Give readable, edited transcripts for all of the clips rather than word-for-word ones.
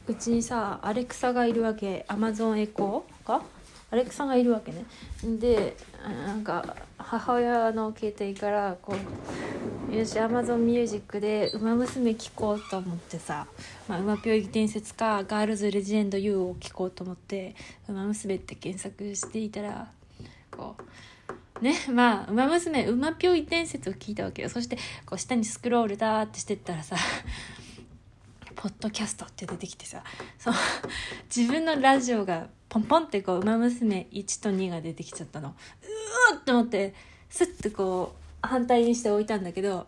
うちにさアレクサがいるわけ。アマゾンエコーかアレクサがいるわけね。でなんか母親の携帯からこうよしアマゾンミュージックでウマ娘聴こうと思ってさ、ウマぴょい伝説かガールズレジェンド U を聴こうと思ってウマ娘って検索していたらこうね、ウマ娘ウマぴょい伝説を聞いたわけよ。そしてこう下にスクロールだーってしてったらさポッドキャストって出てきてさ、そう自分のラジオがポンポンってこうウマ娘1と2が出てきちゃったの。うーって思ってスッてこう反対にして置いたんだけど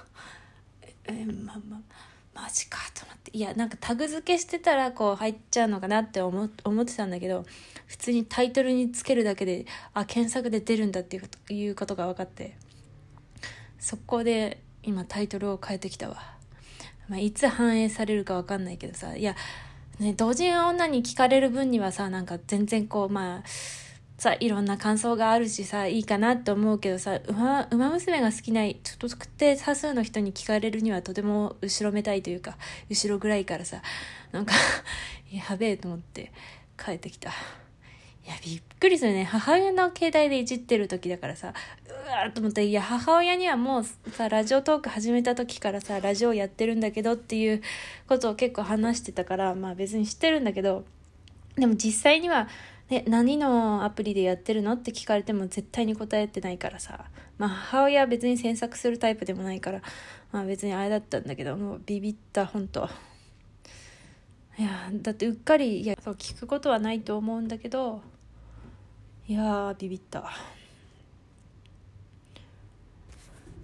マジかと思って、いやなんかタグ付けしてたらこう入っちゃうのかなって思ってたんだけど、普通にタイトルにつけるだけで検索で出るんだっていうことが分かって、そこで今タイトルを変えてきたわ。いつ反映されるか分かんないけどさ、いやね、同人女に聞かれる分にはさ、なんか全然こうさいろんな感想があるしさいいかなって思うけどさ、ウマ娘が好きなちょっと特定多数の人に聞かれるにはとても後ろめたいというか後ろぐらいからさ、なんかやべえと思って帰ってきた。いやびっくりするね。母親の携帯でいじってる時だからさ、うわーと思って、いや母親にはもうさラジオトーク始めた時からさラジオやってるんだけどっていうことを結構話してたから、別に知ってるんだけど、でも実際には何のアプリでやってるのって聞かれても絶対に答えてないからさ、母親は別に詮索するタイプでもないから、別にあれだったんだけど、もうビビった。本当いやだってうっかりそう聞くことはないと思うんだけど、いやビビった。